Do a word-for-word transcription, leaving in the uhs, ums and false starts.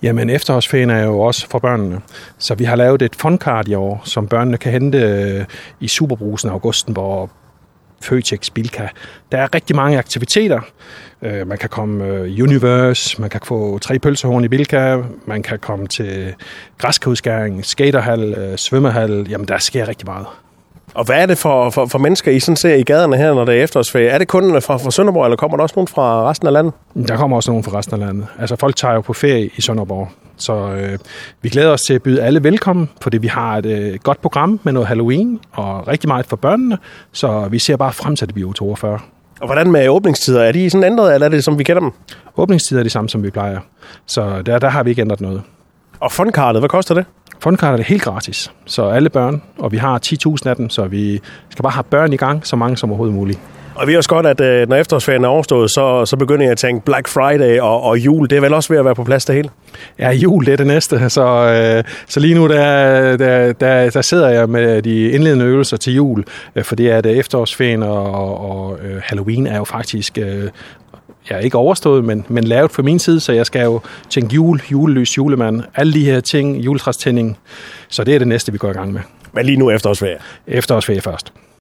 Jamen, efterårsferien er jo også for børnene. Så vi har lavet et fundkart i år, som børnene kan hente i Superbrusen Augustenborg, Føtex, Bilka. Der er rigtig mange aktiviteter. Man kan komme Universe, man kan få tre pølsehorn i Bilka, man kan komme til græskarudskæring, skaterhal, svømmehal. Jamen, der sker rigtig meget. Og hvad er det for, for, for mennesker, I sådan ser i gaderne her, når det er efterårsferie? Er det kun fra, fra Sønderborg, eller kommer der også nogen fra resten af landet? Der kommer også nogen fra resten af landet. Altså, folk tager jo på ferie i Sønderborg. Så øh, vi glæder os til at byde alle velkommen, fordi vi har et øh, godt program med noget Halloween og rigtig meget for børnene. Så vi ser bare frem til det bio toogfyrre. Og hvordan med åbningstider? Er de sådan ændret, eller er det, som vi kender dem? Åbningstider er de samme, som vi plejer. Så der, der har vi ikke ændret noget. Og fundkartet, hvad koster det? Fundkartet er helt gratis, så alle børn, og vi har ti tusind af dem, så vi skal bare have børn i gang, så mange som overhovedet muligt. Og vi ved også godt, at når efterårsferien er overstået, så, så begynder jeg at tænke Black Friday og, og jul. Det er vel også ved at være på plads det hele? Ja, jul det er det næste. Så, øh, så lige nu der, der, der, der sidder jeg med de indledende øvelser til jul, øh, for det er det efterårsferien og, og øh, Halloween er jo faktisk øh, ja, ikke overstået, men, men lavet fra min side, så jeg skal jo tænke jul, julelys, julemand, alle de her ting, juletræstænding. Så det er det næste, vi går i gang med. Men lige nu efterårsferie? Efterårsferie først.